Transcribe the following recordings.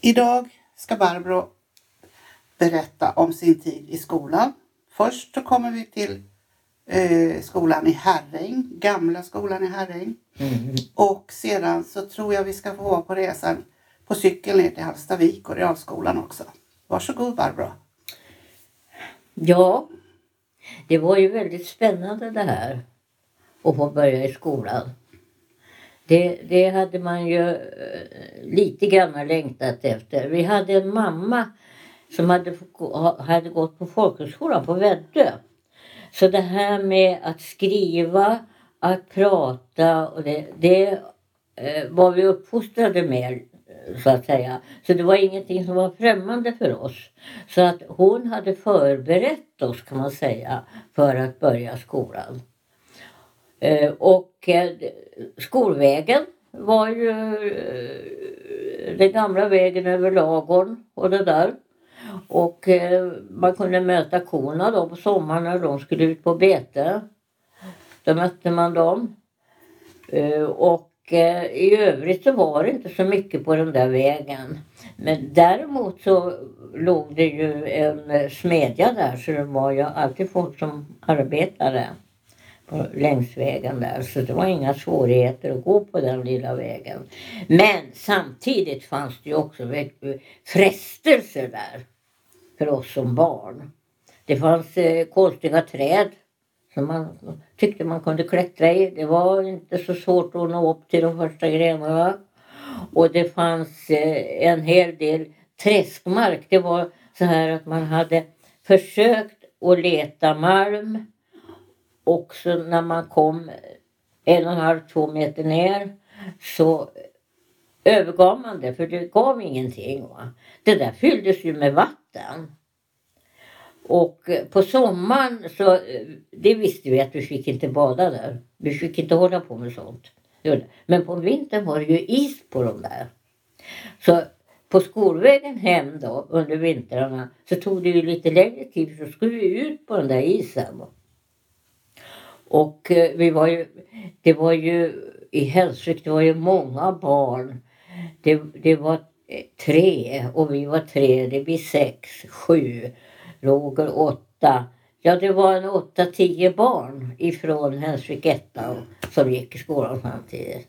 Idag ska Barbro berätta om sin tid i skolan. Först så kommer vi till skolan i Herräng, gamla skolan i Herräng. Och sedan så tror jag vi ska få vara på resan på cykel ner till Hallstavik och realskolan också. Varsågod Barbro. Ja, det var ju väldigt spännande det här att få börja i skolan. Det hade man ju lite grann längtat efter. Vi hade en mamma som hade gått på folkhögskolan på Väddö. Så det här med att skriva, att prata och det var vi uppfostrade med så att säga. Så det var ingenting som var främmande för oss. Så att hon hade förberett oss kan man säga för att börja skolan. Och skolvägen var ju den gamla vägen över Lagården och det där. Och man kunde möta korna då på sommaren när de skulle ut på bete. Då mötte man dem. Och i övrigt så var det inte så mycket på den där vägen. Men däremot så låg det ju en smedja där så det var ju alltid folk som arbetade längs vägen där. Så det var inga svårigheter att gå på den lilla vägen. Men samtidigt fanns det ju också frestelser där för oss som barn. Det fanns konstiga träd som man tyckte man kunde klättra i. Det var inte så svårt att nå upp till de första grenarna. Och det fanns en hel del träskmark. Det var så här att man hade försökt att leta malm. Och så när man kom 1,5-2 meter ner så övergav man det. För det gav ingenting. Va? Det där fylldes ju med vatten. Och på sommaren så, det visste vi att vi fick inte bada där. Vi fick inte hålla på med sånt. Men på vintern var det ju is på dem där. Så på skolvägen hem då under vintrarna så tog det ju lite längre tid så skulle vi ut på den där isen. Och det var ju i Hälsvik, det var ju många barn. Det var 3 och vi var 3, det blir 6, 7. Roger 8. Ja, det var en 8-10 barn ifrån Hälsvik 1 som gick i skolan samtidigt.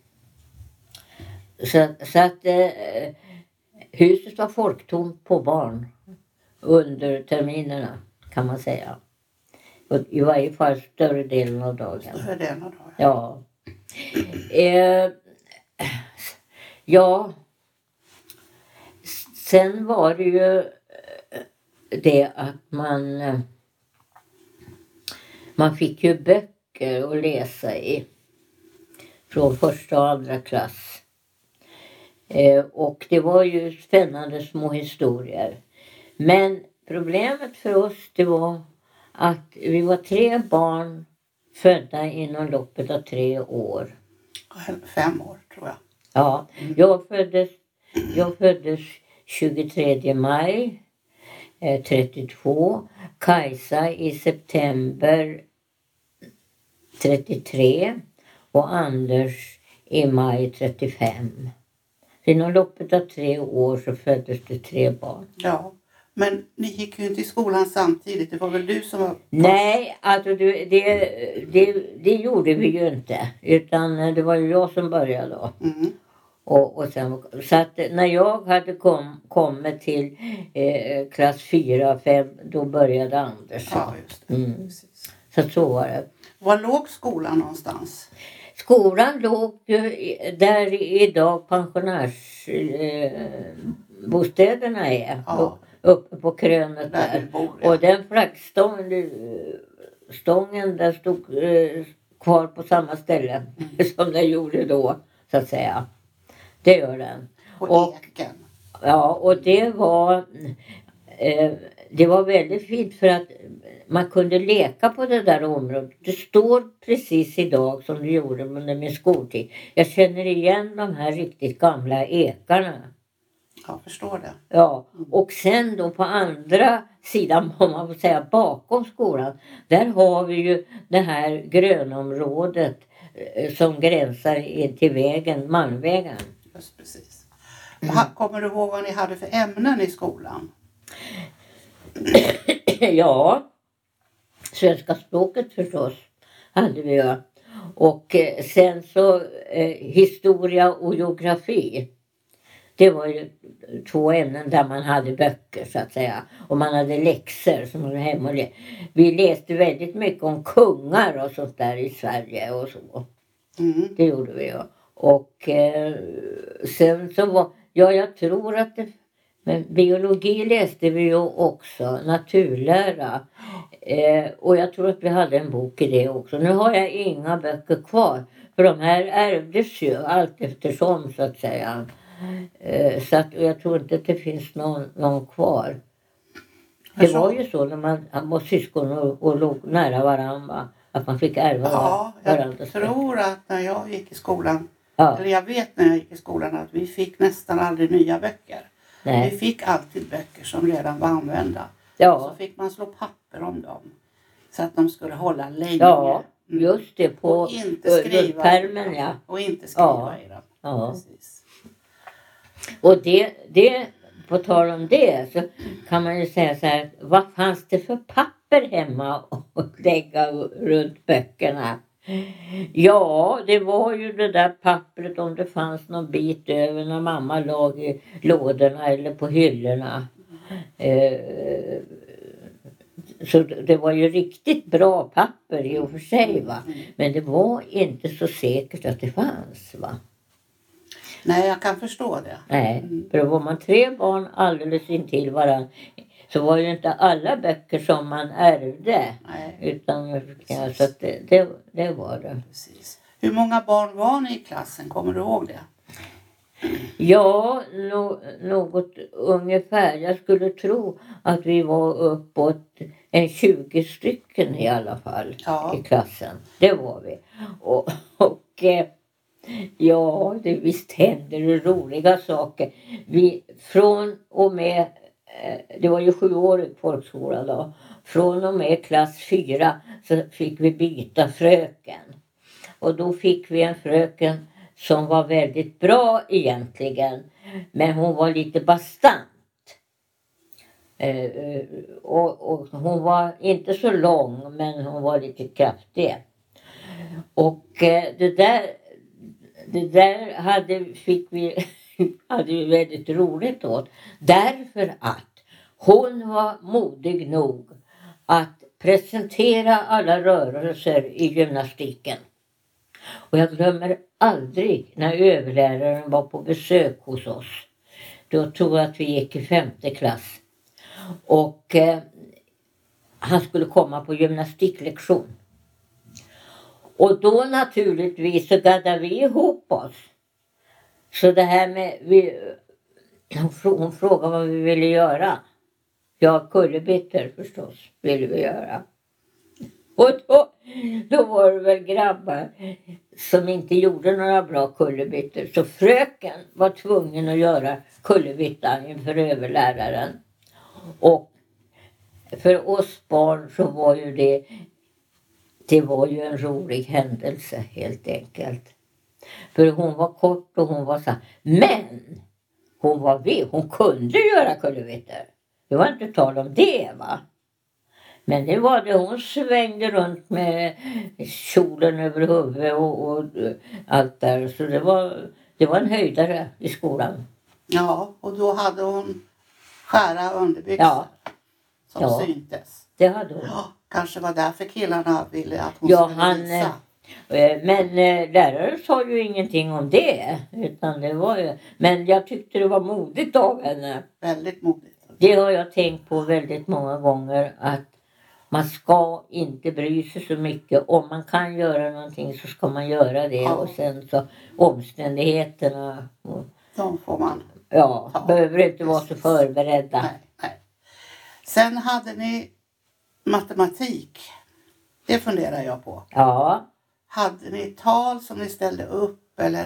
Så att huset var folktomt på barn under terminerna kan man säga. Och i varje fall större delen av dagen. Större delen av dagen. Ja. Ja. Sen var det ju det att man fick ju böcker att läsa i från första och andra klass. Och det var ju spännande små historier. Men problemet för oss det var att vi var 3 barn födda inom loppet av 3 år. 5 år tror jag. Ja, jag föddes 23 maj 32. Kajsa i september 33 och Anders i maj 35. Så inom loppet av 3 år så föddes det 3 barn. Ja, men ni gick ju inte i skolan samtidigt. Det var väl du som var... Nej, alltså det gjorde vi ju inte. Utan det var ju jag som började då. Mm. Och sen, så att när jag hade kommit till klass 4-5 då började Anders. Ja, just det. Precis. Så var det. Var låg skolan någonstans? Skolan låg där idag pensionärsbostäderna är. Ja. Uppe på krönet där. Bor, ja. Och den flaggstången där stod kvar på samma ställe som den gjorde då så att säga. Det gör den. Och eken. Ja, och det var väldigt fint för att man kunde leka på det där området. Det står precis idag som det gjorde under min skoltid. Jag känner igen de här riktigt gamla ekarna. Jag förstår det. Ja, och sen då på andra sidan, om man får säga bakom skolan, där har vi ju det här grönområdet som gränsar in till vägen, Malmvägen. Just precis. Kommer du ihåg vad ni hade för ämnen i skolan? Ja, svenska språket förstås hade vi ju. Och sen så historia och geografi. Det var ju 2 ämnen där man hade böcker så att säga. Och man hade läxor som man var hemma och vi läste väldigt mycket om kungar och sånt där i Sverige och så. Det gjorde vi ju. Och sen så var, jag tror att det, men biologi läste vi ju också, naturlära. Och jag tror att vi hade en bok i det också. Nu har jag inga böcker kvar. För de här ärvdes ju allt eftersom så att säga. Så att jag tror inte att det finns någon kvar. Det var ju så när man var syskon och låg nära varandra. Att man fick ärva varandra. Jag tror att när jag gick i skolan. Eller jag vet när jag gick i skolan att vi fick nästan aldrig nya böcker. Nej. Vi fick alltid böcker som redan var använda. Ja. Så fick man slå papper om dem. Så att de skulle hålla länge. Ja, just det. På och inte skriva pärmen, ja. Och inte skriva i dem. Ja. Precis. Och det, på tal om det så kan man ju säga så här. Vad fanns det för papper hemma att lägga runt böckerna? Ja, det var ju det där pappret om det fanns någon bit över när mamma låg i lådorna eller på hyllorna. Så det var ju riktigt bra papper i och för sig va. Men det var inte så säkert att det fanns va. Nej, jag kan förstå det. Nej, för var man 3 barn alldeles intill varandra så var ju inte alla böcker som man ärvde. Nej. Utan ja, så att det var det. Precis. Hur många barn var ni i klassen? Kommer du ihåg det? Ja, något ungefär. Jag skulle tro att vi var uppåt 20 stycken i alla fall i klassen. Det var vi. Och ja, visst händer det roliga saker. Vi från och med, det var ju 7 år i folkskolan då. Från och med klass 4 så fick vi byta fröken. Och då fick vi en fröken som var väldigt bra egentligen. Men hon var lite bastant. Och hon var inte så lång men hon var lite kraftig. Och det där hade vi väldigt roligt åt. Därför att hon var modig nog att presentera alla rörelser i gymnastiken. Och jag glömmer aldrig när överläraren var på besök hos oss. Då tror jag att vi gick i 5:e klass. Och han skulle komma på gymnastiklektion. Och då naturligtvis så gaddade vi ihop oss. Så det här med, hon frågade vad vi ville göra. Ja, kullerbyttor förstås ville vi göra. Och då var det väl grabbar som inte gjorde några bra kullerbyttor. Så fröken var tvungen att göra kullerbyttan inför överläraren. Och för oss barn så var ju det var ju en rolig händelse helt enkelt. För hon var kort och hon var så här. Men hon kunde göra kullerbyttor. Det var inte tal om det va. Men det var det, hon svängde runt med kjolen över huvudet och allt där. Så det var en höjdare i skolan. Ja, och då hade hon skära underbyxor som syntes. Det hade hon. Ja, kanske var därför killarna ville att hon skulle visa. Men läraren sa ju ingenting om det. Utan det var ju, men jag tyckte det var modigt av henne. Väldigt modigt. Det har jag tänkt på väldigt många gånger att man ska inte bry sig så mycket. Om man kan göra någonting så ska man göra det. Ja. Och sen så omständigheterna. De får man behöver inte vara så förberedda. Nej. Sen hade ni matematik. Det funderar jag på. Ja. Hade ni tal som ni ställde upp eller?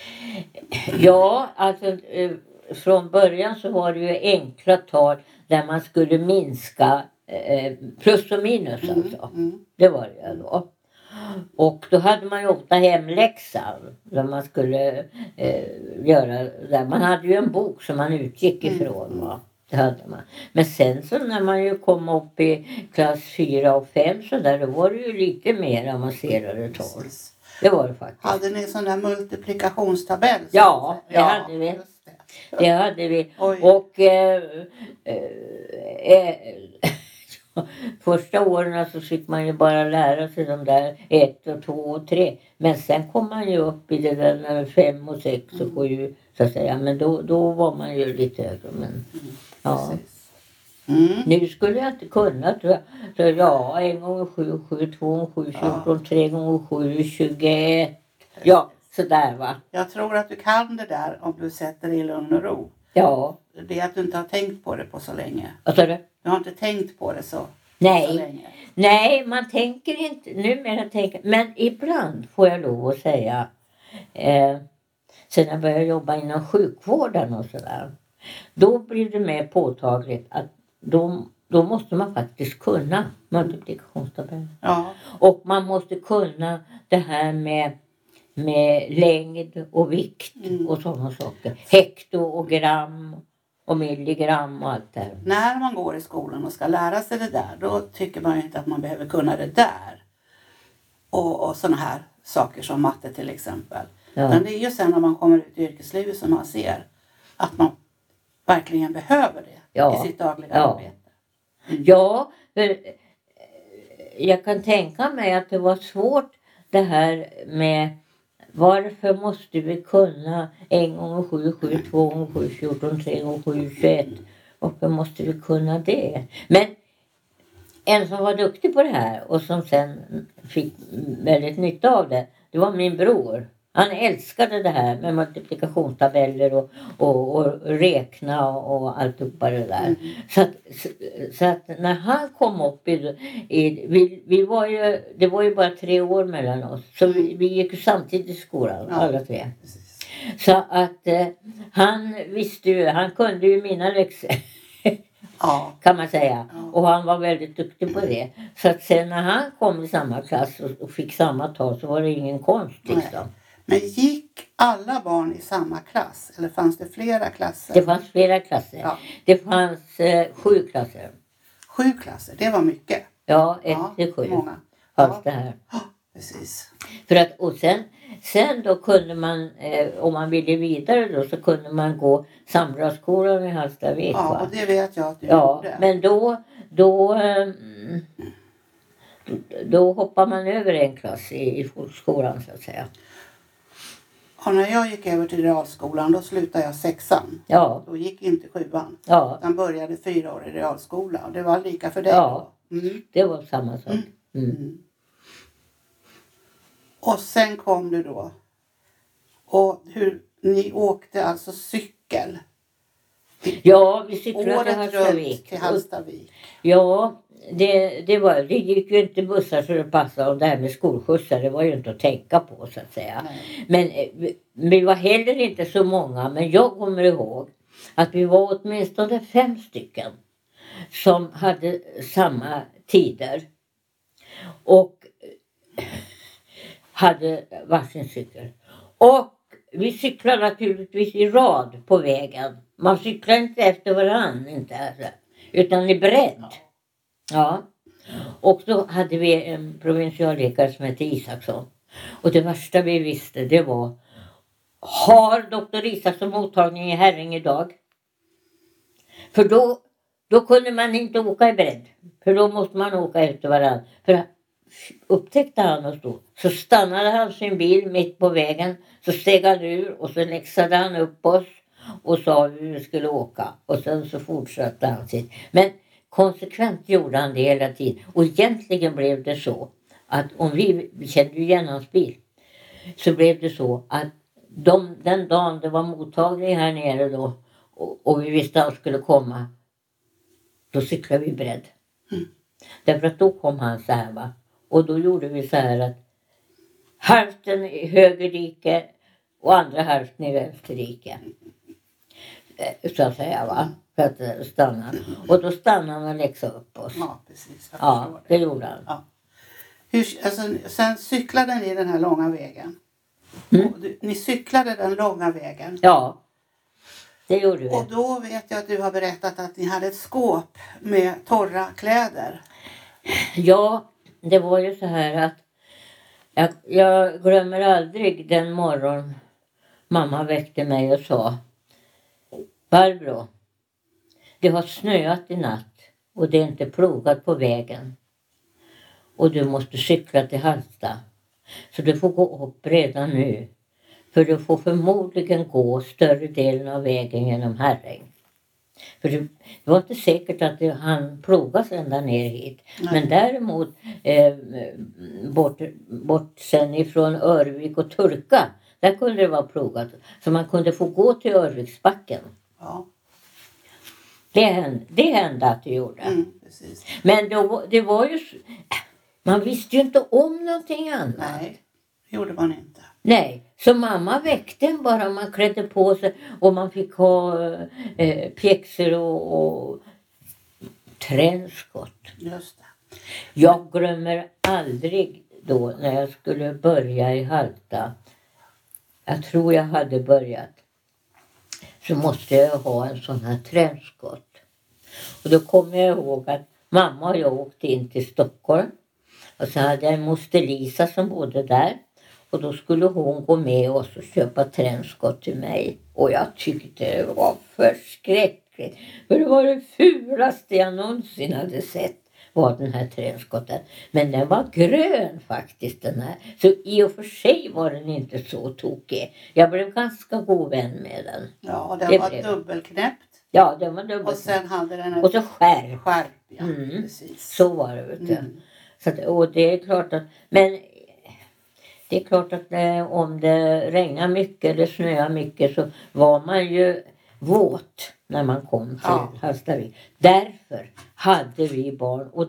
Ja, alltså från början så var det ju enkla tal där man skulle minska plus och minus alltså. Det var det då. Och då hade man ju ofta hemläxan. Där man skulle göra där. Man hade ju en bok som man utgick ifrån. Va? Det hade man. Men sen så när man ju kom upp i klass 4 och 5 så där, då var det ju lite mer avancerade tal. Det var det faktiskt. Hade ni sån där multiplikationstabell? Ja, det hade vi. Det hade vi. Oj. Och första åren så fick man ju bara lära sig de där 1 och 2 och 3. Men sen kom man ju upp i det där när 5 och 6 och 7 så att säga. Men då var man ju lite högre. Men, ja. Nu skulle jag inte kunna tror jag. Så ja, 1 gånger 7, 7, 2 gånger 7, 14, 3 gånger 7, 21. Ja, sådär va. Jag tror att du kan det där om du sätter dig i lugn och ro. Ja. Det är att du inte har tänkt på det på så länge. Vad sa du? Du har inte tänkt på det så Nej. länge. Nej, man tänker inte. Numera tänker. Men ibland får jag lov att säga. Sen jag började jobba inom sjukvården och sådär. Då blir det mer påtagligt att då måste man faktiskt kunna multiplikationstabellen. Ja. Och man måste kunna det här med längd och vikt och sådana saker. Hekto och gram och milligram och allt det här. När man går i skolan och ska lära sig det där, då tycker man ju inte att man behöver kunna det där. Och sådana här saker som matte till exempel. Ja. Men det är ju sen när man kommer ut i yrkeslivet som man ser att man verkligen behöver det i sitt dagliga arbete. Ja, för jag kan tänka mig att det var svårt det här med varför måste vi kunna 1 gånger 7, 7, 2 gånger 7, 14, 3 gånger 7, 21. Varför måste vi kunna det? Men en som var duktig på det här och som sen fick väldigt nytta av det, det var min bror. Han älskade det här med multiplikationstabeller och räkna och alltihopa det där. Så att när han kom upp vi var ju, det var ju bara 3 år mellan oss. Så vi gick ju samtidigt i skolan, alla 3. Så att han visste ju, han kunde ju mina läxor. Kan man säga. Och han var väldigt duktig på det. Så att sen när han kom i samma klass och fick samma tal så var det ingen konst liksom. Men gick alla barn i samma klass? Eller fanns det flera klasser? Det fanns flera klasser. Ja. Det fanns 7 klasser. 7 klasser, det var mycket. Ja, 1 till 7. Många. Fanns det här. Precis. För att, och sen då kunde man, om man ville vidare då, så kunde man gå Sambraskolan i Hallstavik. Ja, och det vet jag att du gjorde. Men då hoppar man över en klass i skolan så att säga. Och när jag gick över till realskolan då slutade jag 6:an. Ja. Då gick inte 7:an. Ja. Den började 4 år i realskola. Och det var lika för dig då. Mm. Det var samma sak. Och sen kom du då. Och ni åkte alltså cykel. Ja, vi cyklade året till Hallstavik. Ja, det gick ju inte bussar så det passade. Och det här med skolskjutsar, det var ju inte att tänka på så att säga. Nej. Men vi var heller inte så många. Men jag kommer ihåg att vi var åtminstone 5 stycken som hade samma tider. Och hade varsin cykel. Och vi cyklade naturligtvis i rad på vägen. Man cyklar inte efter varann, inte alltså, utan i bredd. Ja. Och då hade vi en provinsialläkare som hette Isaksson. Och det värsta vi visste, det var: har doktor Isaksson mottagning i Herräng idag? För då kunde man inte åka i bredd. För då måste man åka efter varann. För upptäckte han oss då, så stannade han sin bil mitt på vägen. Så steg han ur och så läxade han upp oss och sa hur vi skulle åka. Och sen så fortsatte han sitt. Men konsekvent gjorde han det hela tiden. Och egentligen blev det så att om vi kände igen hans bil, så blev det så att den dagen det var mottagning här nere då och vi visste att han skulle komma, då cyklade vi bredd. Därför att då kom han så här va. Och då gjorde vi så här att hälften i höger dike och andra hälften i vänster dike. Så att säga va. För att stanna. Och då stannade han och läxade upp oss. Ja, precis. Ja, det gjorde han. Ja. Sen cyklade ni den här långa vägen. Ni cyklade den långa vägen. Ja, det gjorde vi. Och då vet jag att du har berättat att ni hade ett skåp med torra kläder. Ja, det var ju så här att jag glömmer aldrig den morgon mamma väckte mig och sa: Barbro, det har snöat i natt och det är inte plogat på vägen. Och du måste cykla till Hallsta. Så du får gå upp redan nu. För du får förmodligen gå större delen av vägen genom Herräng. För det var inte säkert att han plogas ända ner hit. Nej. Men däremot bort sen ifrån Örvik och Turka. Där kunde det vara plogat. Så man kunde få gå till Örviksbacken. Ja. Det hände att det gjorde. Precis. Men det var ju... Man visste ju inte om någonting annat. Nej, det gjorde man inte. Nej, så mamma väckte en bara man klädde på sig och man fick ha pjäxor och tränskott. Just det. Jag glömmer aldrig då när jag skulle börja i Halta. Jag tror jag hade börjat. Så måste jag ha en sån här tränskott. Och då kommer jag ihåg att mamma och jag åkte in till Stockholm. Och så hade jag en moster Lisa som bodde där. Och då skulle hon gå med oss och köpa tränskott till mig. Och jag tyckte det var förskräckligt. För det var det fulaste jag någonsin hade sett. Var den här tränskotten. Men den var grön faktiskt den här. Så i och för sig var den inte så tokig. Jag blev ganska god vän med den. Ja, den var dubbelknäppt. Ja, den var dubbelknäppt. Och sen hade den och så skärp. Ja, precis. Så var det, vet du. Så att, och det är klart att... Men det är klart att om det regnar mycket eller snöar mycket så var man ju våt när man kom till Hallstavik. Därför hade vi barn. Och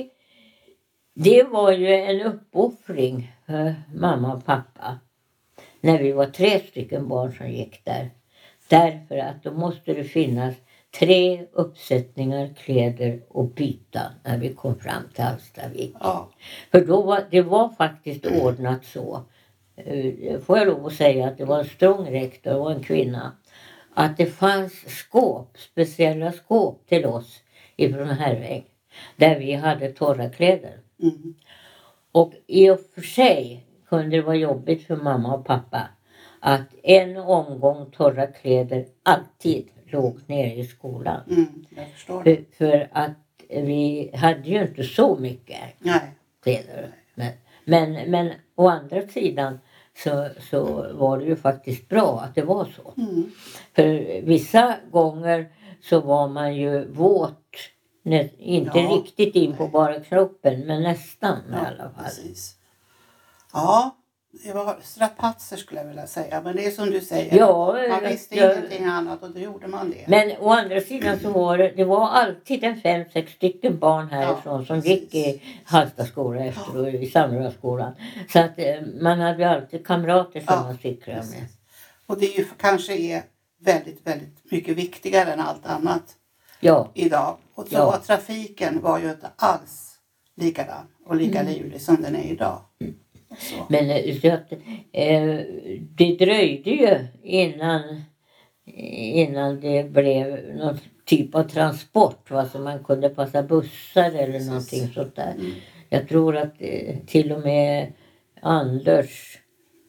det var ju en uppoffring för mamma och pappa. När vi var 3 stycken barn som gick där. Därför att då måste det finnas 3 uppsättningar kläder och byta när vi kom fram till Hallstavik. Ja. För då det var faktiskt ordnat så. Får jag lov att säga att det var en strong rektor och en kvinna. Att det fanns skåp, speciella skåp till oss ifrån Herräng. Där vi hade torra kläder. Och i och för sig kunde det vara jobbigt för mamma och pappa. Att en omgång torra kläder alltid låg nere i skolan. Jag förstår det. För att vi hade ju inte så mycket kläder. Men å andra sidan så var det ju faktiskt bra att det var så. För vissa gånger så var man ju våt. Inte riktigt in på bara kroppen men nästan i alla fall. Precis. Ja, det var strapatser skulle jag vilja säga. Men det är som du säger. Man visste ingenting annat och då gjorde man det. Men å andra sidan så var det var alltid en 5-6 stycken barn härifrån som gick i Hallstaskolan efter och i Sandöskolan. Så att man hade alltid kamrater som man cyklade med. Och det är ju, kanske är väldigt, väldigt mycket viktigare än allt annat idag. Och så trafiken var ju inte alls likadan och lika livlig som den är idag. Men det dröjde ju innan det blev någon typ av transport. Så man kunde passa bussar eller någonting sånt där. Jag tror att till och med Anders.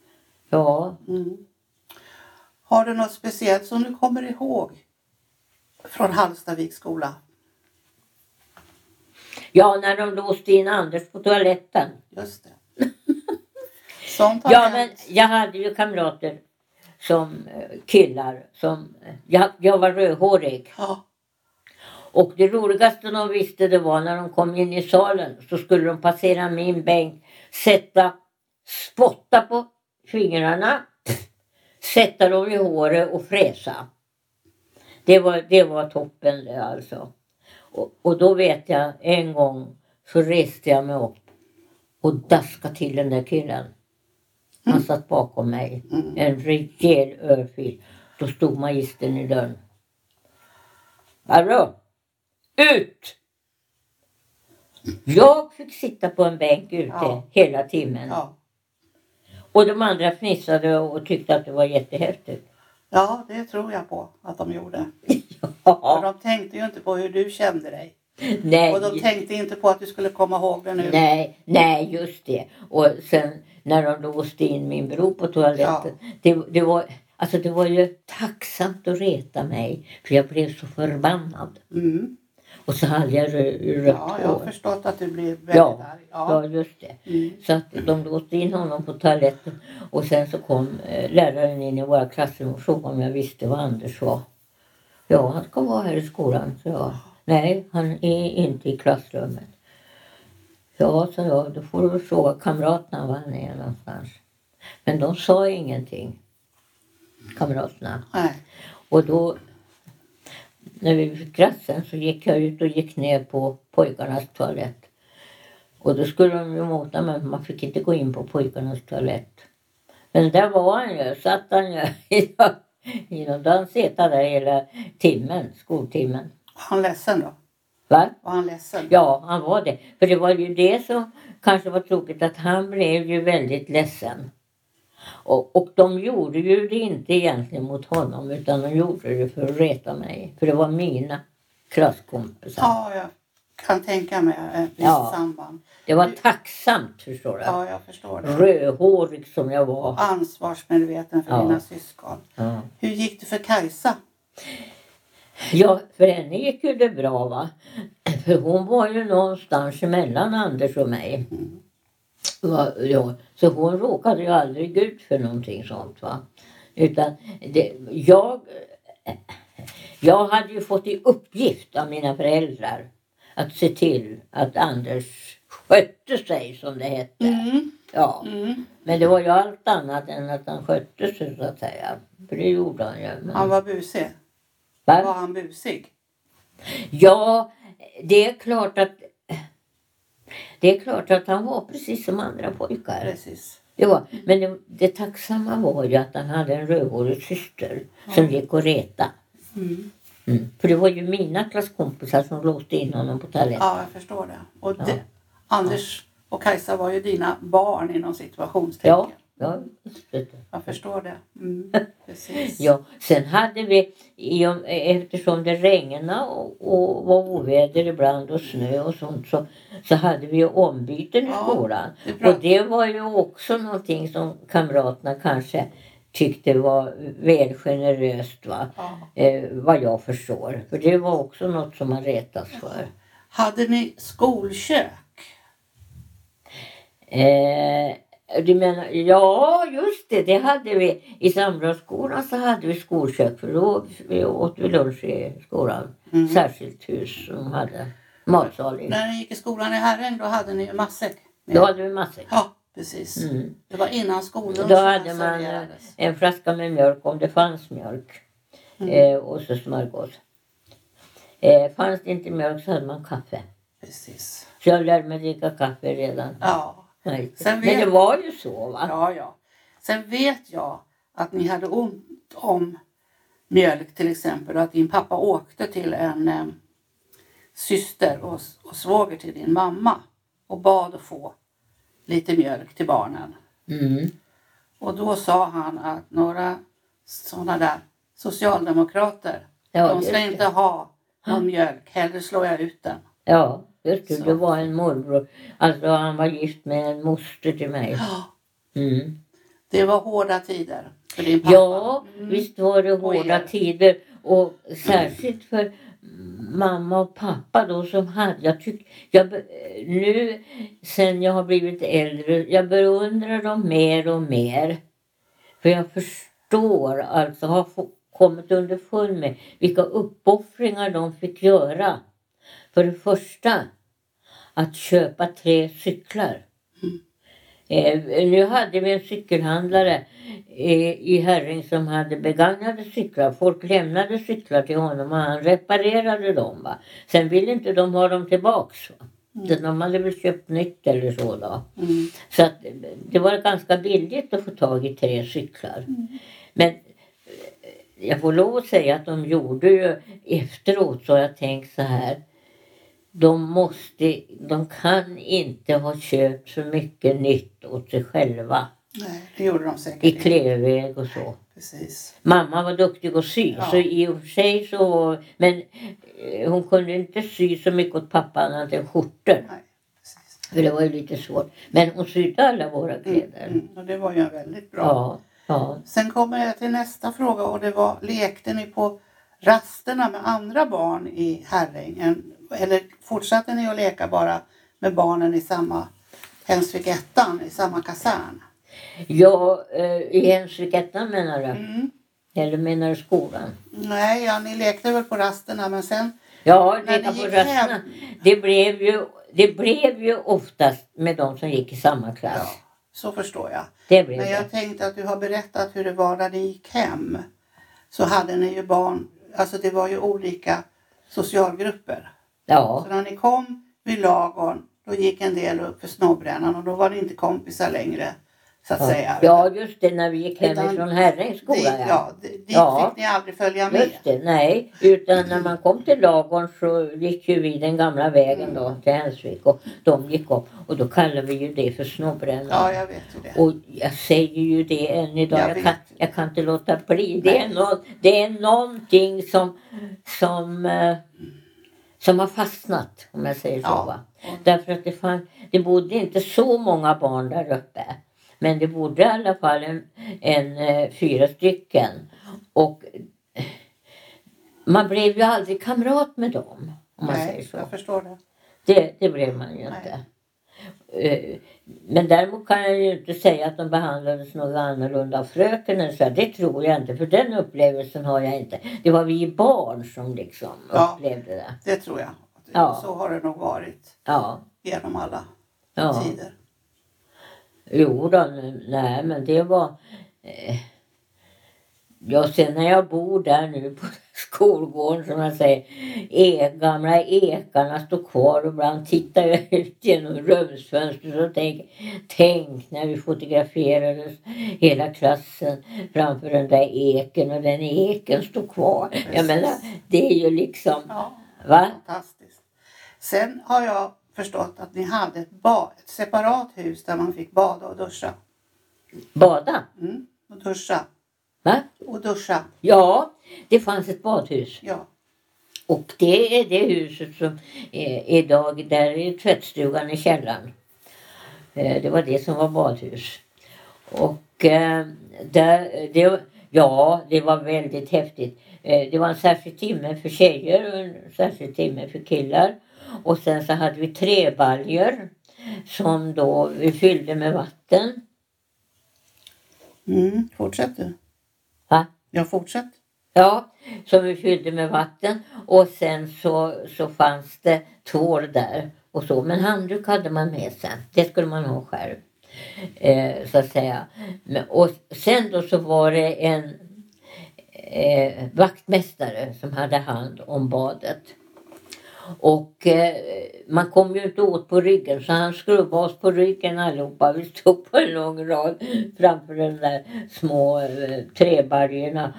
Har du något speciellt som du kommer ihåg från Hallstaviks skola? Ja, när de låste in Anders på toaletten. Just det. Sånt har hänt. Men jag hade ju kamrater som killar som... Jag var rödhårig. Ja. Och det roligaste de visste det var när de kom in i salen så skulle de passera min bänk, spotta på fingrarna, sätta dem i håret och fräsa. Det var toppen det alltså. Och då vet jag en gång så reste jag mig upp och daskade till den där killen. Han satt bakom mig. En rejäl örfil. Då stod magistern i dörren. Hallå! Ut! Jag fick sitta på en bänk ute Ja. hela timmen. Ja. Och de andra fnissade och tyckte att det var jättehäftigt. Ja, det tror jag på att de gjorde. För Ja, de tänkte ju inte på hur du kände dig. nej. Och de tänkte inte på att du skulle komma ihåg det nu. Nej, just det. Och sen när de låste in min bror på toaletten. Det var ju tacksamt att reta mig. För jag blev så förbannad. Mm. Och så hade jag rött Ja, jag har hår. förstått att du blev väldigt arg. Ja, just det. Mm. Så att de låste in honom på toaletten. Och sen så kom läraren in i våra klassrum och frågade om jag visste vad Anders var. Ja, han ska vara här i skolan, så jag. Nej, han är inte i klassrummet. Ja, så jag, då får du fråga kamraterna var han är någonstans. Men de sa ingenting, kamraterna. Nej. Och då, när vi fick rasten så gick jag ut och gick ner på pojkarnas toalett. Och då skulle de ju mota mig, man fick inte gå in på pojkarnas toalett. Men där var han ju, satt han ju han satt där hela timmen, skoltimmen. Var han ledsen då? Va? Var han ledsen? Ja, han var det. För det var ju det som kanske var tråkigt, att han blev ju väldigt ledsen. Och de gjorde ju det inte egentligen mot honom, utan de gjorde det för att reta mig. För det var mina klasskompisar. Ja, jag kan tänka mig ett visst samband. Det var tacksamt, förstår du. Ja, jag förstår det. Rödhårig som jag var. Ansvarsmedveten för dina syskon. Ja. Hur gick det för Kajsa? Ja, för henne gick ju det bra, va. För hon var ju någonstans mellan Anders och mig. Ja, så hon råkade ju aldrig ut för någonting sånt, va. Utan jag hade ju fått i uppgift av mina föräldrar att se till att Anders skötte sig, som det hette. Mm. Ja. Mm. Men det var ju allt annat än att han skötte sig, så att säga. För det gjorde han ju. Men... Han var busig. Va? Var han busig? Ja, det är klart att han var precis som andra pojkar. Precis. Men det tacksamma var ju att han hade en rödhårig syster som gick och reta. Mm. För det var ju mina klasskompisar som låste in honom på toaletten. Ja, jag förstår det. Och Anders och Kajsa var ju dina barn inom situationstecken. Ja, jag förstår det. Mm. Precis. Ja, sen hade vi, eftersom det regnade och var oväder ibland och snö och sånt, så hade vi ombyten i skolan. Och det var ju också någonting som kamraterna kanske tyckte var väl generöst, va? Vad jag förstår. För det var också något som man retas för. Hade ni skolkök? Du menar, ja, just det hade vi. I Samrådsskolan så hade vi skolkök, för då åt vi lunch i skolan. Särskilt hus som hade matsal i. När ni gick i skolan i Herräng, då hade ni ju matsäck. Då hade vi matsäck. Ja, precis. Det var innan skolan. Då hade man en flaska med mjölk, om det fanns mjölk. Och så smörgås. Fanns det inte mjölk så hade man kaffe. Precis. Så jag lärde mig dricka kaffe redan. Ja. Men det var ju så, va? Ja. Sen vet jag att ni hade ont om mjölk till exempel. Och att din pappa åkte till en syster och svåger till din mamma. Och bad att få lite mjölk till barnen. Och då sa han att några sådana där socialdemokrater, de ska inte ha någon mjölk. Hellre slår jag ut den. Ja, just det. Det var en morbror. Alltså han var gift med en moster till mig. Ja. Det var hårda tider för din pappa. Ja, visst var det hårda tider. Och särskilt för mamma och pappa då som hade. Nu sen jag har blivit äldre, jag beundrar dem mer och mer. För jag förstår, alltså har kommit underfund med vilka uppoffringar de fick göra. För det första, att köpa 3 cyklar. Nu hade vi en cykelhandlare i Herräng som hade begagnade cyklar. Folk lämnade cyklar till honom och han reparerade dem, va. Sen ville inte de ha dem tillbaks, va. De hade väl köpt nytt eller så då. Så att det var ganska billigt att få tag i 3 cyklar. Men jag får lov att säga att de gjorde ju efteråt, så jag tänkt så här. de kan inte ha köpt så mycket nytt åt sig själva. Nej, det gjorde de säkert I inte. klädväg och så. Precis. Mamma var duktig att sy. Ja. Så i och för sig så... Men hon kunde inte sy så mycket åt pappa annat än skjortor. Nej, precis. För det var ju lite svårt. Men hon sydde alla våra kläder. Och det var ju väldigt bra. Ja, ja. Sen kommer jag till nästa fråga och det var, lekte ni på rasterna med andra barn i Herräng? Eller fortsatte ni att leka bara med barnen i samma Hensvik 1:an, i samma kasern? Ja, i Hensvik 1:an menar du? Eller menar du skolan? Nej, ja, ni lekte väl på rasterna men sen... Ja, när leka ni på gick rasterna. hem- Det blev ju oftast med de som gick i samma klass. Ja, så förstår jag. Det blev Men det. jag tänkte att du har berättat hur det var när ni gick hem. Så hade ni ju barn, alltså det var ju olika socialgrupper. Ja. Så när ni kom vid lagorn, då gick en del upp för snobbrännan och då var ni inte kompisar längre, så att säga. Ja, just det, när vi gick hem Utan från Herrängs skola. Dit Ja. fick ni aldrig följa med. Just det, nej. Utan när man kom till lagorn så gick ju vi den gamla vägen då till Hensvik och de gick upp. Och då kallar vi ju det för snobbrännan. Ja, jag vet ju det. Och jag säger ju det än idag. Jag vet. Jag kan inte låta bli. Det är någonting som har fastnat, om jag säger så. Ja. Va? Därför att det bodde inte så många barn där uppe. Men det bodde i alla fall en 4 stycken. Och man blev ju aldrig kamrat med dem, om man säger Nej, så. jag förstår det. Det blev man ju inte. Men däremot kan jag ju inte säga att de behandlades något annorlunda av fröken eller så. Det tror jag inte, för den upplevelsen har jag inte. Det var vi barn som liksom upplevde det. Det tror jag. Ja. Så har det nog varit genom alla tider. Jo då, nej men det var... sen när jag bor där nu på skolgården, som jag säger, gamla ekarna står kvar och ibland tittar jag ut genom rumsfönstret och tänk när vi fotograferades hela klassen framför den där eken och den eken står kvar. Precis. Jag menar, det är ju liksom... Ja, Va? fantastiskt. Sen har jag förstått att ni hade ett separat hus där man fick bada och duscha. Bada? Och duscha. Va? Och duscha. Ja, det fanns ett badhus. Ja. Och det är det huset som idag, där är tvättstugan i källaren. Det var det som var badhus. Och det var väldigt häftigt. Det var en särskild timme för tjejer och en särskild timme för killar. Och sen så hade vi träbaljor som då vi fyllde med vatten. Fortsätt du. Va? Ja, fortsätt. Ja, som vi fyllde med vatten. Och sen så fanns det tvål där och så. Men handduk hade man med sig. Det skulle man ha själv. Så att säga. Och sen då så var det en vaktmästare som hade hand om badet. Och man kom ju inte åt på ryggen, så han skrubbade oss på ryggen allihopa. Vi stod på en lång rad framför de där små träbargerna.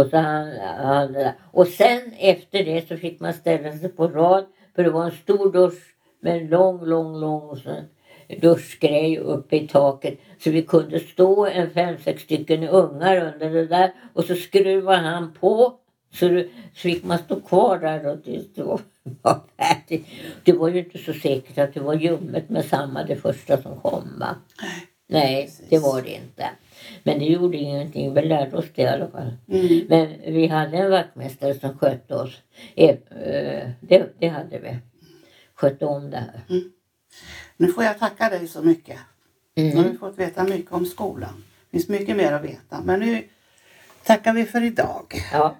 Och sen efter det så fick man ställa sig på rad, för det var en stor dusch med en lång duschgrej uppe i taket. Så vi kunde stå 5-6 stycken ungar under det där, och så skruvade han på. Så fick man stå kvar där och tills det var färdigt. Det var ju inte så säkert att det var ljummet med samma det första som kom, va? Nej, det var det inte. Men det gjorde ingenting, vi lärde oss det i alla fall. Men vi hade en vaktmästare som skötte oss. Det hade vi. Skötte om det här. Nu får jag tacka dig så mycket. Nu har vi fått veta mycket om skolan. Det finns mycket mer att veta. Men nu tackar vi för idag. Ja.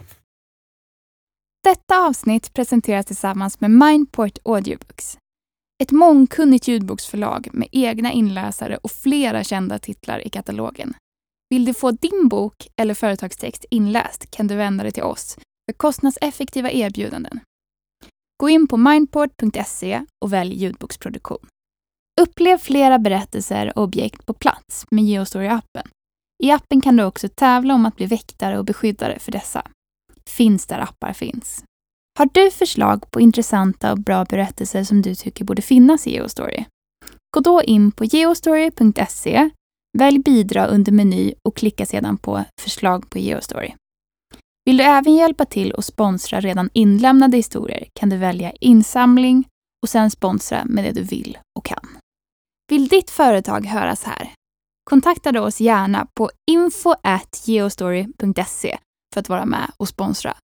Detta avsnitt presenteras tillsammans med Mindport Audiobooks. Ett mångkunnigt ljudboksförlag med egna inläsare och flera kända titlar i katalogen. Vill du få din bok eller företagstext inläst kan du vända dig till oss för kostnadseffektiva erbjudanden. Gå in på mindport.se och välj ljudboksproduktion. Upplev flera berättelser och objekt på plats med Geostory-appen. I appen kan du också tävla om att bli väktare och beskyddare för dessa. Finns där appar finns. Har du förslag på intressanta och bra berättelser som du tycker borde finnas i Geostory? Gå då in på geostory.se, välj bidra under meny och klicka sedan på förslag på Geostory. Vill du även hjälpa till och sponsra redan inlämnade historier kan du välja insamling och sen sponsra med det du vill och kan. Vill ditt företag höras här? Kontakta då oss gärna på info@geostory.se för att vara med och sponsra